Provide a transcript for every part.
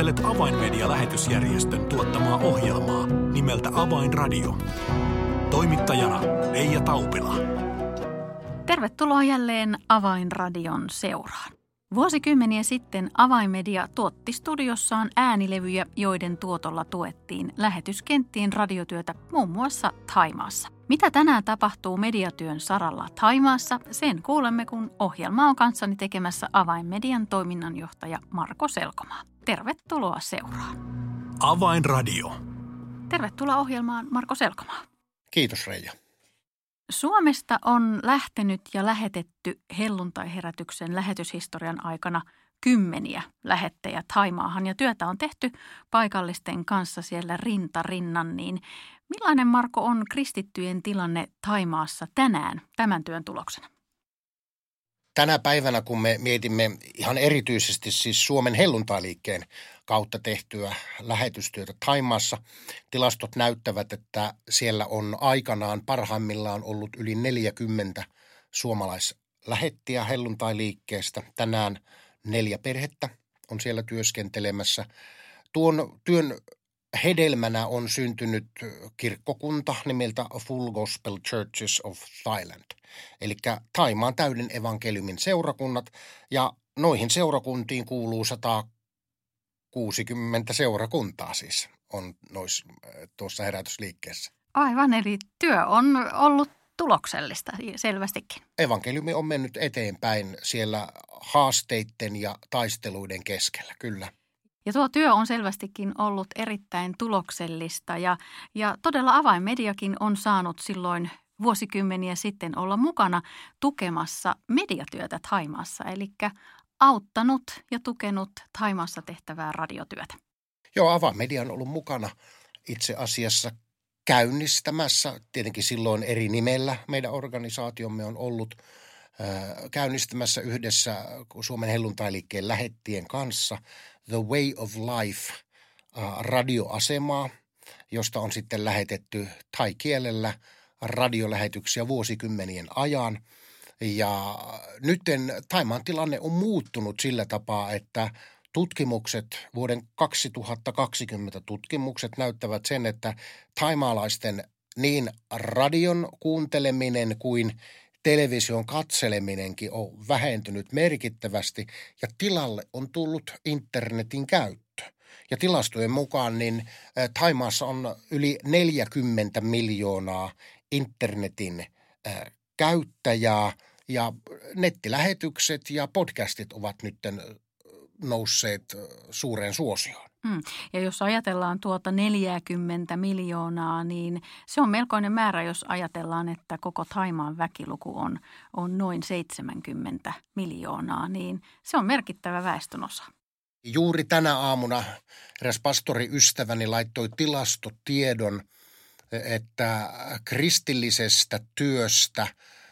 Kuuntelet Avainmedia-lähetysjärjestön tuottamaa ohjelmaa nimeltä Avainradio. Toimittajana Leija Taupila. Tervetuloa jälleen Avainradion seuraan. Vuosikymmeniä sitten Avainmedia tuotti studiossaan äänilevyjä, joiden tuotolla tuettiin lähetyskenttien radiotyötä muun muassa Thaimaassa. Mitä tänään tapahtuu mediatyön saralla Thaimaassa, sen kuulemme, kun ohjelma on kanssani tekemässä Avainmedian toiminnanjohtaja Marko Selkomaa. Tervetuloa seuraan. Avainradio. Tervetuloa ohjelmaan Marko Selkomaa. Kiitos Reija. Suomesta on lähtenyt ja lähetetty helluntaiherätyksen lähetyshistorian aikana kymmeniä lähettejä Thaimaahan ja työtä on tehty paikallisten kanssa siellä rinta rinnan. Niin millainen, Marko, on kristittyjen tilanne Thaimaassa tänään tämän työn tuloksena? Tänä päivänä, kun me mietimme ihan erityisesti siis Suomen helluntailiikkeen kautta tehtyä lähetystyötä Thaimaassa, tilastot näyttävät, että siellä on aikanaan parhaimmillaan ollut yli 40 suomalaislähettiä helluntailiikkeestä. Tänään 4 perhettä on siellä työskentelemässä. Tuon työn hedelmänä on syntynyt kirkkokunta nimeltä Full Gospel Churches of Thailand, eli Thaimaan täyden evankeliumin seurakunnat, ja noihin seurakuntiin kuuluu 160 seurakuntaa siis on tuossa herätysliikkeessä. Aivan, eli työ on ollut tuloksellista selvästikin. Evankeliumi on mennyt eteenpäin siellä haasteiden ja taisteluiden keskellä, kyllä. Ja tuo työ on selvästikin ollut erittäin tuloksellista ja todella Avainmediakin on saanut silloin vuosikymmeniä sitten olla mukana tukemassa mediatyötä Thaimaassa, eli auttanut ja tukenut Thaimaassa tehtävää radiotyötä. Joo, Avainmedia on ollut mukana itse asiassa käynnistämässä, tietenkin silloin eri nimellä meidän organisaatiomme on ollut käynnistämässä yhdessä Suomen helluntailiikkeen lähettien kanssa The Way of Life radioasemaa, josta on sitten lähetetty thai-kielellä radiolähetyksiä vuosikymmenien ajan. Ja nyt Thaimaan tilanne on muuttunut sillä tapaa, että vuoden 2020 tutkimukset näyttävät sen, että thaimaalaisten niin radion kuunteleminen kuin television katseleminenkin on vähentynyt merkittävästi ja tilalle on tullut internetin käyttö. Ja tilastojen mukaan niin Thaimaassa on yli 40 miljoonaa internetin käyttäjää ja nettilähetykset ja podcastit ovat nyt nousseet suureen suosioon. Ja jos ajatellaan tuota 40 miljoonaa, niin se on melkoinen määrä, jos ajatellaan, että koko Thaimaan väkiluku on noin 70 miljoonaa, niin se on merkittävä väestönosa. Juuri tänä aamuna eräs pastoriystäväni laittoi tilastotiedon, että kristillisestä työstä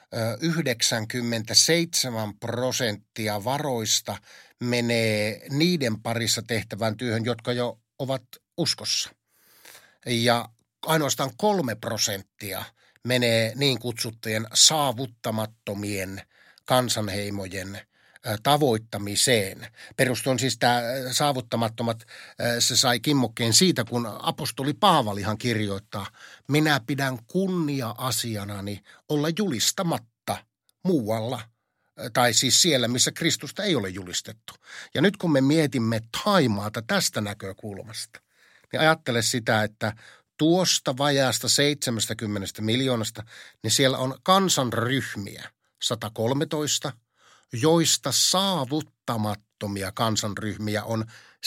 97% varoista menee niiden parissa tehtävään työhön, jotka jo ovat uskossa. Ja ainoastaan 3% menee niin kutsuttujen saavuttamattomien kansanheimojen tavoittamiseen. Perustuen siis tämä saavuttamattomat, se sai kimmokkeen siitä, kun apostoli Paavalihan kirjoittaa, minä pidän kunnia-asianani olla julistamatta muualla, tai siis siellä, missä Kristusta ei ole julistettu. Ja nyt kun me mietimme Thaimaata tästä näkökulmasta, niin ajattele sitä, että tuosta vajaasta 70 miljoonasta, niin siellä on kansanryhmiä 113, joista saavuttamattomia kansanryhmiä on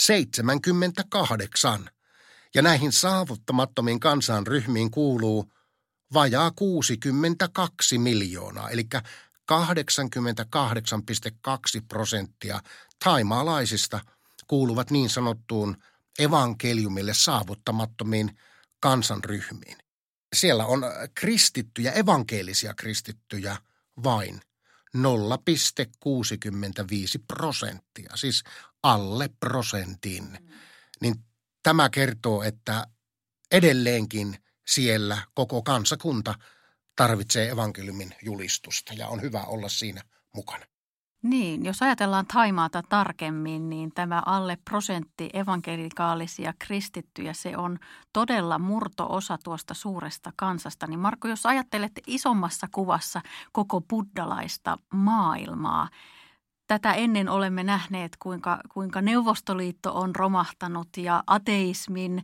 78. Ja näihin saavuttamattomiin kansanryhmiin kuuluu vajaa 62 miljoonaa, eli 88,2% thaimaalaisista kuuluvat niin sanottuun evankeliumille saavuttamattomiin kansanryhmiin. Siellä on kristittyjä, evankelisia kristittyjä vain 0,65%, siis alle prosentin. Niin tämä kertoo, että edelleenkin siellä koko kansakunta tarvitsee evankeliumin julistusta ja on hyvä olla siinä mukana. Niin, jos ajatellaan Thaimaata tarkemmin, niin tämä alle 1% evankelikaalisia kristittyjä, se on todella murto-osa tuosta suuresta kansasta. Niin Markku, jos ajattelet isommassa kuvassa koko buddhalaista maailmaa, tätä ennen olemme nähneet, kuinka Neuvostoliitto on romahtanut ja ateismin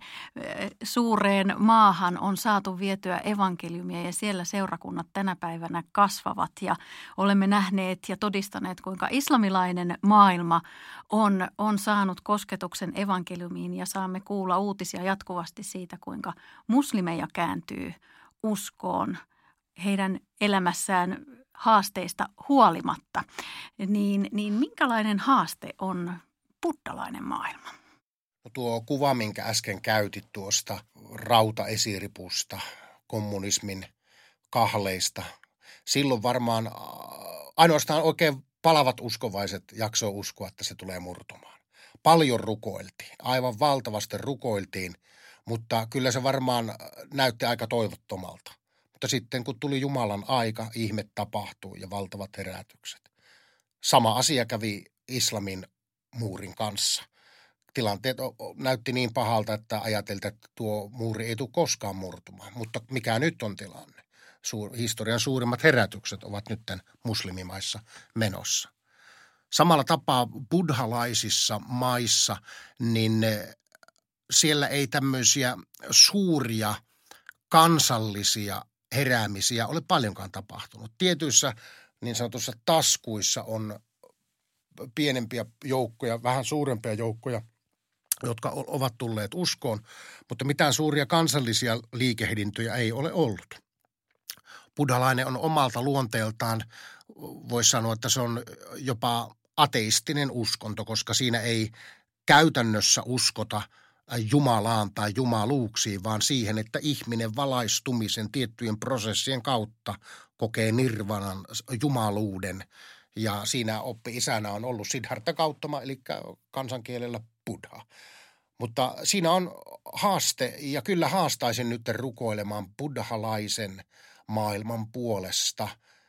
suureen maahan on saatu vietyä evankeliumia ja siellä seurakunnat tänä päivänä kasvavat. Ja olemme nähneet ja todistaneet, kuinka islamilainen maailma on saanut kosketuksen evankeliumiin ja saamme kuulla uutisia jatkuvasti siitä, kuinka muslimeja kääntyy uskoon heidän elämässään haasteista huolimatta, niin minkälainen haaste on buddhalainen maailma? Tuo kuva, minkä äsken käytit tuosta rautaesiripusta, kommunismin kahleista, silloin varmaan ainoastaan oikein palavat uskovaiset jaksoi uskoa, että se tulee murtumaan. Paljon rukoiltiin, aivan valtavasti rukoiltiin, mutta kyllä se varmaan näytti aika toivottomalta. Mutta sitten kun tuli Jumalan aika, ihme tapahtui ja valtavat herätykset. Sama asia kävi islamin muurin kanssa. Tilanteet näytti niin pahalta, että ajateltiin, että tuo muuri ei tule koskaan murtumaan. Mutta mikä nyt on tilanne? Historian suurimmat herätykset ovat nyt muslimimaissa menossa. Samalla tapaa buddhalaisissa maissa, niin siellä ei tämmöisiä suuria kansallisia heräämisiä ole paljonkaan tapahtunut. Tietyissä niin sanotussa taskuissa on pienempiä joukkoja, vähän suurempia joukkoja, jotka ovat tulleet uskoon, mutta mitään suuria kansallisia liikehdintöjä ei ole ollut. Buddhalainen on omalta luonteeltaan, voisi sanoa, että se on jopa ateistinen uskonto, koska siinä ei käytännössä uskota Jumalaan tai jumaluuksiin, vaan siihen, että ihminen valaistumisen tiettyjen prosessien kautta kokee nirvanan, jumaluuden. Ja siinä oppi-isänä on ollut Siddhartha Gautama, eli kansankielellä Buddha. Mutta siinä on haaste, ja kyllä haastaisin nyt rukoilemaan buddhalaisen maailman puolesta.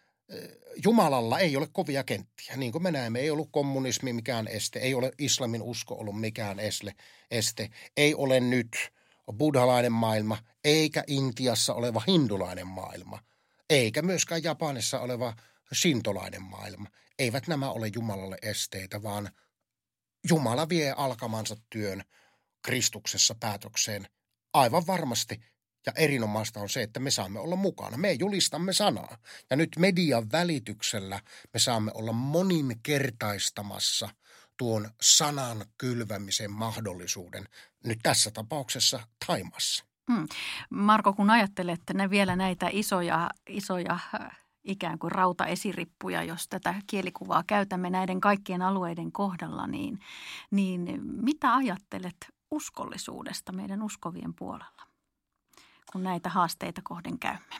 Jumalalla ei ole kovia kenttiä. Niin kuin me näemme, ei ollut kommunismi mikään este, ei ole islamin usko ollut mikään este. Ei ole nyt buddhalainen maailma, eikä Intiassa oleva hindulainen maailma, eikä myöskään Japanissa oleva shintolainen maailma. Eivät nämä ole Jumalalle esteitä, vaan Jumala vie alkamansa työn Kristuksessa päätökseen aivan varmasti. Ja erinomaista on se, että me saamme olla mukana. Me julistamme sanaa. Ja nyt median välityksellä me saamme olla moninkertaistamassa tuon sanan kylvämisen mahdollisuuden. Nyt tässä tapauksessa Thaimaassa. Marko, kun ajattelet vielä näitä isoja ikään kuin rautaesirippuja, jos tätä kielikuvaa käytämme näiden kaikkien alueiden kohdalla, niin mitä ajattelet uskollisuudesta meidän uskovien puolella, kun näitä haasteita kohden käymme?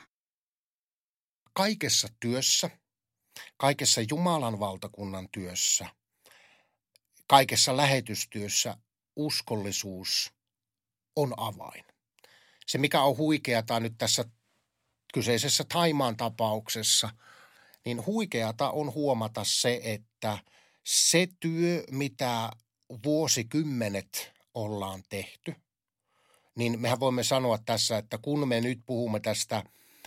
Kaikessa työssä, kaikessa Jumalan valtakunnan työssä, kaikessa lähetystyössä uskollisuus on avain. Se, mikä on huikeata nyt tässä kyseisessä Thaimaan tapauksessa, niin huikeata on huomata se, että se työ, mitä vuosikymmenet ollaan tehty, niin mehän voimme sanoa tässä, että kun me nyt puhumme tästä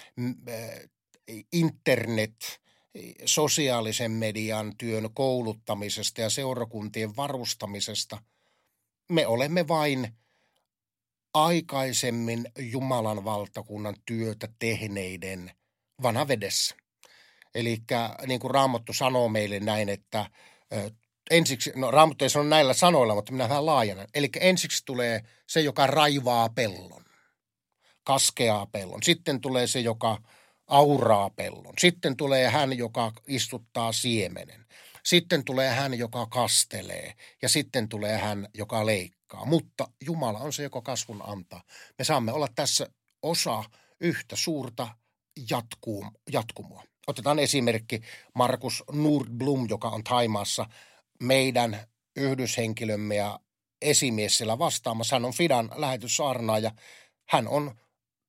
internet, sosiaalisen median työn kouluttamisesta ja seurakuntien varustamisesta, me olemme vain aikaisemmin Jumalan valtakunnan työtä tehneiden vanavedessä. Eli niin kuin Raamattu sanoo meille näin, että ensiksi, Raamattu ei sano näillä sanoilla, mutta minä vähän laajennan. Eli ensiksi tulee se, joka raivaa pellon, kaskeaa pellon. Sitten tulee se, joka auraa pellon. Sitten tulee hän, joka istuttaa siemenen. Sitten tulee hän, joka kastelee. Ja sitten tulee hän, joka leikkaa. Mutta Jumala on se, joka kasvun antaa. Me saamme olla tässä osa yhtä suurta jatkumoa. Otetaan esimerkki Markus Nordblom, joka on Thaimaassa meidän yhdyshenkilömme ja esimies siellä vastaamassa. Hän on Fidan lähetyssaarnaaja. Hän on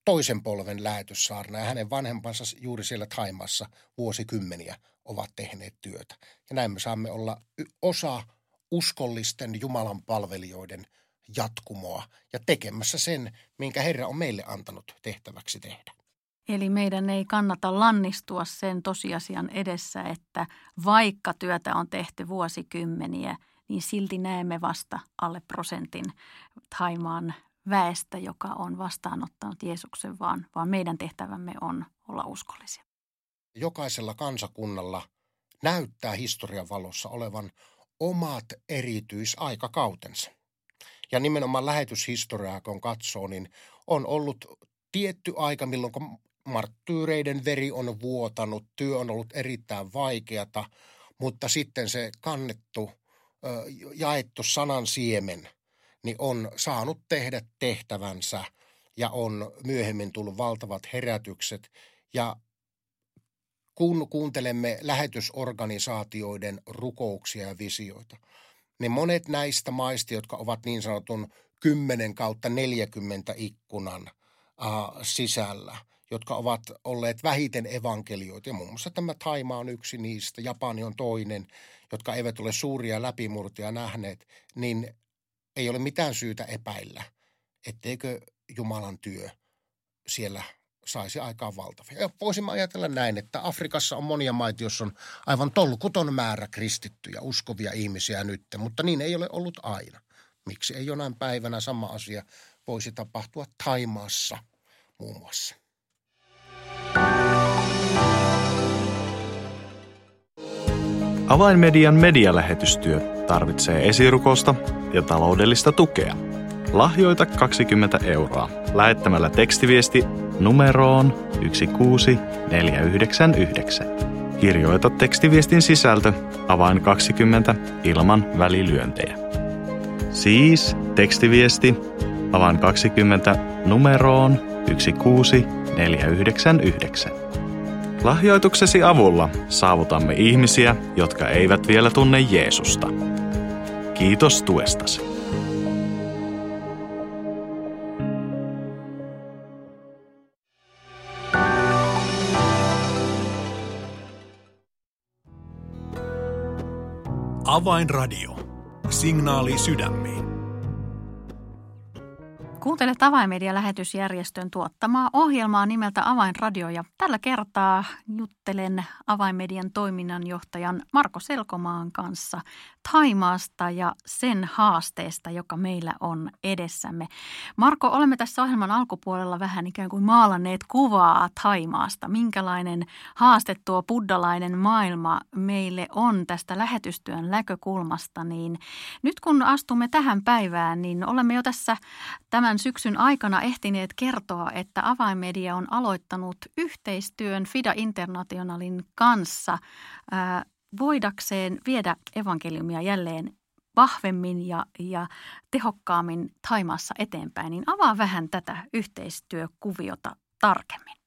toisen polven lähetyssaarna ja hänen vanhempansa juuri siellä Thaimaassa vuosikymmeniä ovat tehneet työtä. Ja näin me saamme olla osa uskollisten Jumalan palvelijoiden jatkumoa ja tekemässä sen, minkä Herra on meille antanut tehtäväksi tehdä. Eli meidän ei kannata lannistua sen tosiasian edessä, että vaikka työtä on tehty vuosikymmeniä, niin silti näemme vasta alle prosentin Thaimaan väestä, joka on vastaanottanut Jeesuksen, vaan meidän tehtävämme on olla uskollisia. Jokaisella kansakunnalla näyttää historian valossa olevan omat erityisaikakautensa. Ja nimenomaan lähetyshistoriaa, kun katsoo, niin on ollut tietty aika, milloin marttyyreiden veri on vuotanut, työ on ollut erittäin vaikeata, mutta sitten se kannettu, jaettu sanan siemen, niin on saanut tehdä tehtävänsä ja on myöhemmin tullut valtavat herätykset. Ja kun kuuntelemme lähetysorganisaatioiden rukouksia ja visioita, niin monet näistä maista, jotka ovat niin sanotun 10/40 ikkunan sisällä, jotka ovat olleet vähiten evankelioita, ja muun muassa tämä Thaimaa on yksi niistä, Japani on toinen, jotka eivät ole suuria läpimurtoja nähneet, niin ei ole mitään syytä epäillä, etteikö Jumalan työ siellä saisi aikaan valtavia. Ja voisimme ajatella näin, että Afrikassa on monia maita, joissa on aivan tolkuton määrä kristittyjä, uskovia ihmisiä nyt, mutta niin ei ole ollut aina. Miksi ei jonain päivänä sama asia voisi tapahtua Thaimaassa muun muassa? Avainmedian medialähetystyö tarvitsee esirukousta ja taloudellista tukea. Lahjoita 20 € lähettämällä tekstiviesti numeroon 16499. Kirjoita tekstiviestin sisältö avain 20 ilman välilyöntejä. Siis tekstiviesti avain 20 numeroon 16499. Lahjoituksesi avulla saavutamme ihmisiä, jotka eivät vielä tunne Jeesusta. Kiitos tuestasi. Avainradio. Signaali sydämiin. Kuuntelet Avainmedia-lähetysjärjestön tuottamaa ohjelmaa nimeltä Avainradio ja tällä kertaa juttelen Avainmedian toiminnanjohtajan Marko Selkomaan kanssa Thaimaasta ja sen haasteesta, joka meillä on edessämme. Marko, olemme tässä ohjelman alkupuolella vähän ikään kuin maalanneet kuvaa Thaimaasta. Minkälainen haaste tuo buddhalainen maailma meille on tästä lähetystyön näkökulmasta, niin nyt kun astumme tähän päivään, niin olemme jo tässä tämän syksyn aikana ehtineet kertoa, että Avainmedia on aloittanut yhteistyön FIDA Internationalin kanssa voidakseen viedä evankeliumia jälleen vahvemmin ja tehokkaammin Thaimaassa eteenpäin. Niin avaa vähän tätä yhteistyökuviota tarkemmin.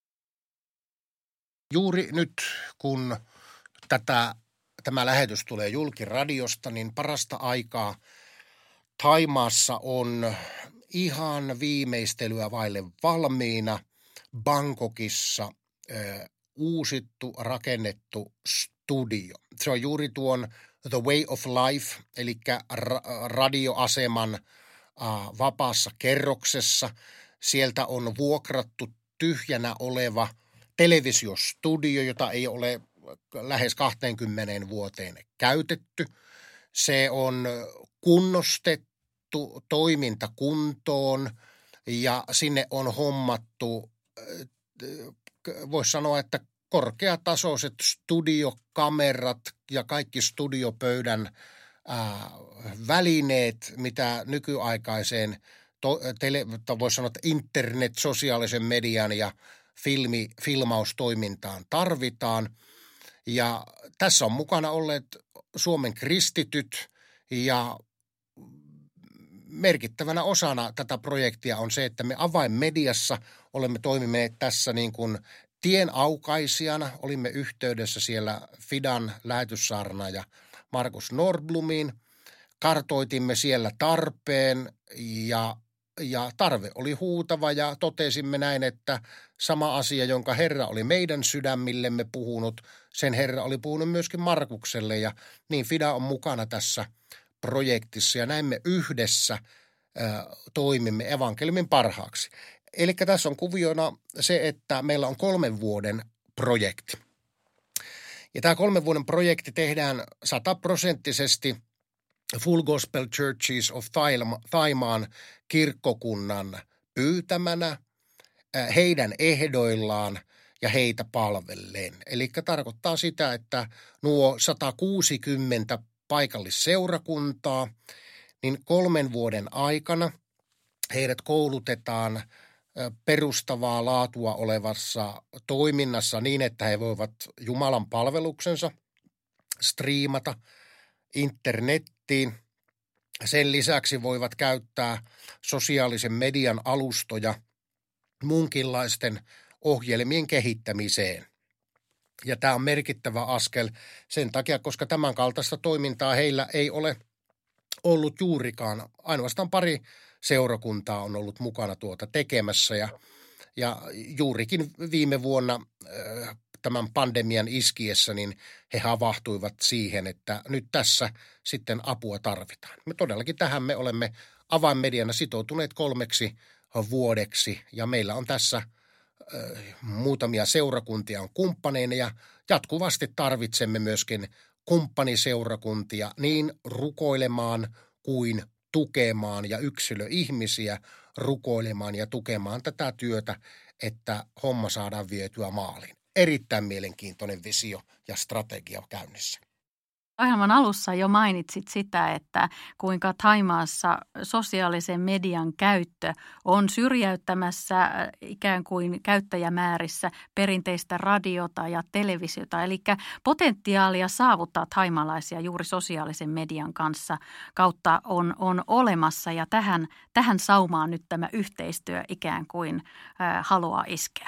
Juuri nyt, kun tämä lähetys tulee julkiradiosta, niin parasta aikaa Thaimaassa on ihan viimeistelyä vaille valmiina Bangkokissa uusittu, rakennettu studio. Se on juuri tuon The Way of Life, eli radioaseman vapaassa kerroksessa. Sieltä on vuokrattu tyhjänä oleva televisiostudio, jota ei ole lähes 20 vuoteen käytetty. Se on kunnostettu toimintakuntoon ja sinne on hommattu, voisi sanoa, että korkeatasoiset studiokamerat ja kaikki studiopöydän välineet, mitä nykyaikaiseen, voisi sanoa, että internet, sosiaalisen median ja filmaustoimintaan tarvitaan. Ja tässä on mukana olleet Suomen kristityt ja merkittävänä osana tätä projektia on se, että me Avainmediassa olemme toimineet tässä niin kuin tienaukaisijana. Olimme yhteydessä siellä FIDAn lähetyssaarnaaja Markus Nordblumiin. Kartoitimme siellä tarpeen ja ja tarve oli huutava ja totesimme näin, että sama asia, jonka Herra oli meidän sydämillemme puhunut, sen Herra oli puhunut myöskin Markukselle ja niin Fida on mukana tässä projektissa ja näin me yhdessä toimimme evankeliumin parhaaksi. Eli tässä on kuviona se, että meillä on 3 vuoden projekti. Ja tämä 3 vuoden projekti tehdään 100% Full Gospel Churches of Thaimaan kirkkokunnan pyytämänä, heidän ehdoillaan ja heitä palvelleen. Eli tarkoittaa sitä, että nuo 160 paikallisseurakuntaa, niin 3 vuoden aikana heidät koulutetaan perustavaa laatua olevassa toiminnassa niin, että he voivat Jumalan palveluksensa striimata internettiin. Sen lisäksi voivat käyttää sosiaalisen median alustoja muunkinlaisten ohjelmien kehittämiseen. Ja tämä on merkittävä askel sen takia, koska tämän kaltaista toimintaa heillä ei ole ollut juurikaan. Ainoastaan pari seurakuntaa on ollut mukana tuota tekemässä ja juurikin viime vuonna tämän pandemian iskiessä, niin he havahtuivat siihen, että nyt tässä sitten apua tarvitaan. Me todellakin tähän me olemme avainmediana sitoutuneet 3 vuodeksi ja meillä on tässä muutamia seurakuntia on kumppaneina ja jatkuvasti tarvitsemme myöskin kumppaniseurakuntia niin rukoilemaan kuin tukemaan ja yksilöihmisiä rukoilemaan ja tukemaan tätä työtä, että homma saadaan vietyä maaliin. Erittäin mielenkiintoinen visio ja strategia käynnissä. Ohjelman alussa jo mainitsit sitä, että kuinka Thaimaassa sosiaalisen median käyttö on syrjäyttämässä ikään kuin käyttäjämäärissä perinteistä radiota ja televisiota. Eli potentiaalia saavuttaa thaimalaisia juuri sosiaalisen median kautta on olemassa ja tähän saumaan nyt tämä yhteistyö ikään kuin haluaa iskeä.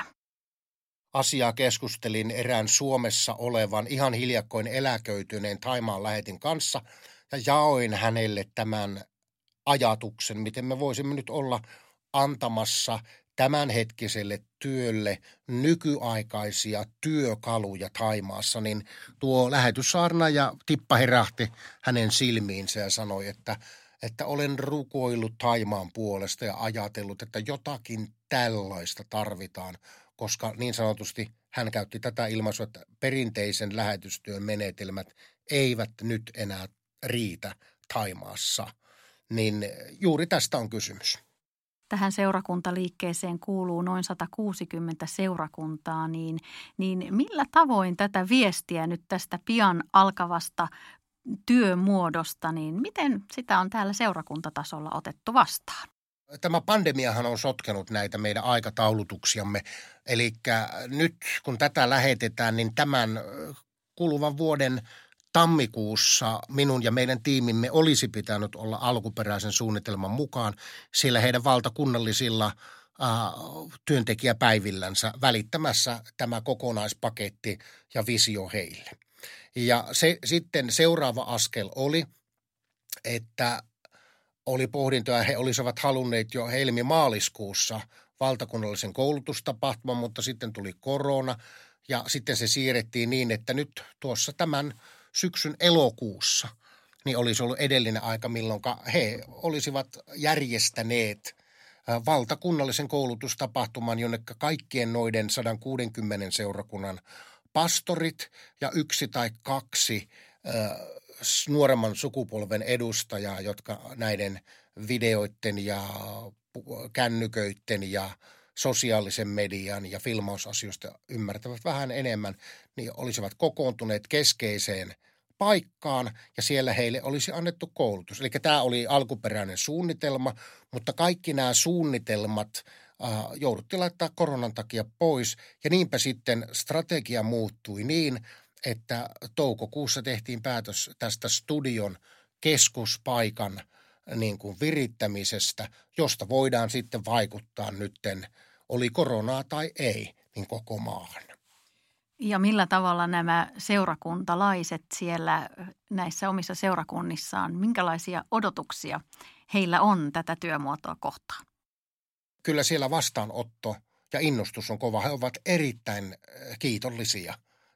Asiaa keskustelin erään Suomessa olevan ihan hiljakkoin eläköityneen Thaimaan lähetin kanssa ja jaoin hänelle tämän ajatuksen, miten me voisimme nyt olla antamassa tämänhetkiselle työlle nykyaikaisia työkaluja Thaimaassa, niin tuo lähetyssaarna ja tippa herähti hänen silmiinsä ja sanoi, että olen rukoillut Thaimaan puolesta ja ajatellut, että jotakin tällaista tarvitaan, koska niin sanotusti hän käytti tätä ilmaisua, että perinteisen lähetystyön menetelmät eivät nyt enää riitä Thaimaassa. Niin juuri tästä on kysymys. Tähän seurakuntaliikkeeseen kuuluu noin 160 seurakuntaa, niin millä tavoin tätä viestiä nyt tästä pian alkavasta työmuodosta, niin miten sitä on täällä seurakuntatasolla otettu vastaan? Tämä pandemiahan on sotkenut näitä meidän aikataulutuksiamme, eli nyt kun tätä lähetetään, niin tämän kuluvan vuoden tammikuussa minun ja meidän tiimimme olisi pitänyt olla alkuperäisen suunnitelman mukaan, sillä heidän valtakunnallisilla työntekijäpäivillänsä välittämässä tämä kokonaispaketti ja visio heille. Ja se sitten seuraava askel oli, että oli pohdintoja, he olisivat halunneet jo helmi-maaliskuussa valtakunnallisen koulutustapahtuman, mutta sitten tuli korona ja sitten se siirrettiin niin, että nyt tuossa tämän syksyn elokuussa niin olisi ollut edellinen aika, milloin he olisivat järjestäneet valtakunnallisen koulutustapahtuman, jonne kaikkien noiden 160 seurakunnan pastorit ja 1 tai 2 nuoremman sukupolven edustajaa, jotka näiden videoiden ja kännyköiden ja sosiaalisen median ja filmausasioista ymmärtävät vähän enemmän, niin olisivat kokoontuneet keskeiseen paikkaan ja siellä heille olisi annettu koulutus. Eli tämä oli alkuperäinen suunnitelma, mutta kaikki nämä suunnitelmat jouduttiin laittaa koronan takia pois ja niinpä sitten strategia muuttui niin, että toukokuussa tehtiin päätös tästä studion keskuspaikan niin kuin virittämisestä, josta voidaan sitten vaikuttaa nytten, oli koronaa tai ei, niin koko maahan. Ja millä tavalla nämä seurakuntalaiset siellä näissä omissa seurakunnissaan, minkälaisia odotuksia heillä on tätä työmuotoa kohtaan? kyllä siellä vastaanotto ja innostus on kova. He ovat erittäin kiitollisia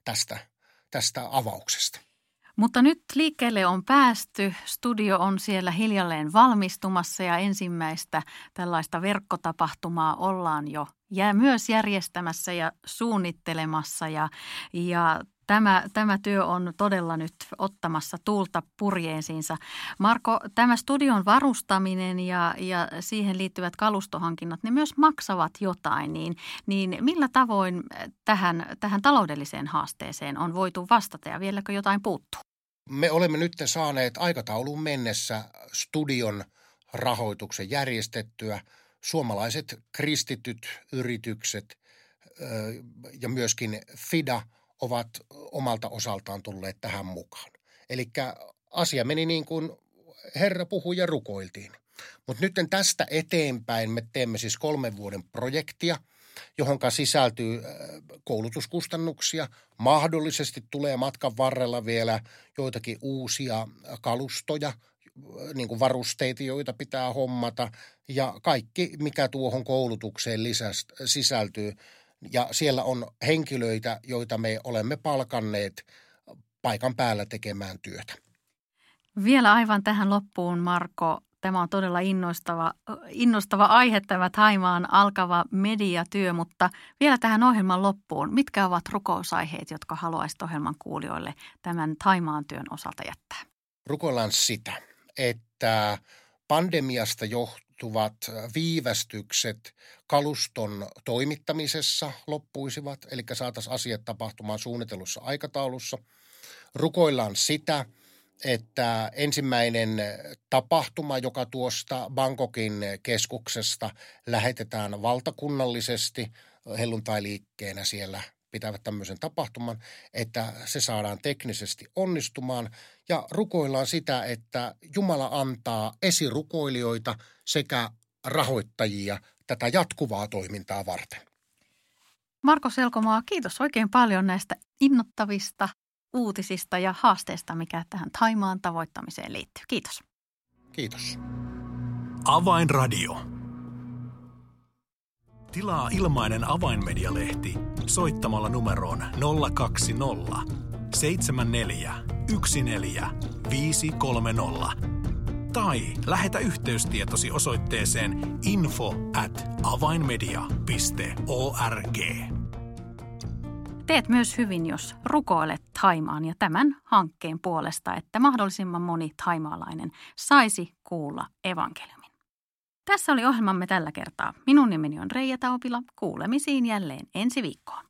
tästä avauksesta. Mutta nyt liikkeelle on päästy. Studio on siellä hiljalleen valmistumassa ja ensimmäistä tällaista verkkotapahtumaa ollaan jo myös järjestämässä ja suunnittelemassa. Ja tämä työ on todella nyt ottamassa tuulta purjeisiinsa. Marko, tämä studion varustaminen ja siihen liittyvät kalustohankinnat, ne myös maksavat jotain. Niin millä tavoin tähän taloudelliseen haasteeseen on voitu vastata ja vieläkö jotain puuttuu? Me olemme nyt saaneet aikatauluun mennessä studion rahoituksen järjestettyä. Suomalaiset kristityt yritykset ja myöskin FIDA ovat omalta osaltaan tulleet tähän mukaan. Eli asia meni niin kuin Herra puhui ja rukoiltiin. Mutta nyt tästä eteenpäin me teemme siis 3 vuoden projektia, johonka sisältyy koulutuskustannuksia. Mahdollisesti tulee matkan varrella vielä joitakin uusia kalustoja, niin kuin varusteita, joita pitää hommata ja kaikki, mikä tuohon koulutukseen sisältyy. Ja siellä on henkilöitä, joita me olemme palkanneet paikan päällä tekemään työtä. Vielä aivan tähän loppuun, Marko. Tämä on todella innostava aihe, tämä Thaimaan alkava mediatyö, mutta vielä tähän ohjelman loppuun. Mitkä ovat rukousaiheet, jotka haluaisit ohjelman kuulijoille tämän Thaimaan työn osalta jättää? Rukoillaan sitä, että pandemiasta johtuvat viivästykset kaluston toimittamisessa loppuisivat, eli saataisiin asiat tapahtumaan suunnitellussa aikataulussa. Rukoillaan sitä, että ensimmäinen tapahtuma, joka tuosta Bangkokin keskuksesta lähetetään valtakunnallisesti helluntailiikkeenä siellä pitävät tämmöisen tapahtuman, että se saadaan teknisesti onnistumaan ja rukoillaan sitä, että Jumala antaa esirukoilijoita sekä rahoittajia tätä jatkuvaa toimintaa varten. Marko Selkomaa, kiitos oikein paljon näistä innoittavista uutisista ja haasteista, mikä tähän Thaimaan tavoittamiseen liittyy. Kiitos. Kiitos. Avainradio. Tilaa ilmainen Avainmedia-lehti soittamalla numeroon 020 74 14 530 tai lähetä yhteystietosi osoitteeseen info@avainmedia.org. Teet myös hyvin, jos rukoilet Thaimaan ja tämän hankkeen puolesta, että mahdollisimman moni thaimaalainen saisi kuulla evankeliumin. Tässä oli ohjelmamme tällä kertaa. Minun nimeni on Reija Taupila. Kuulemisiin jälleen ensi viikkoon.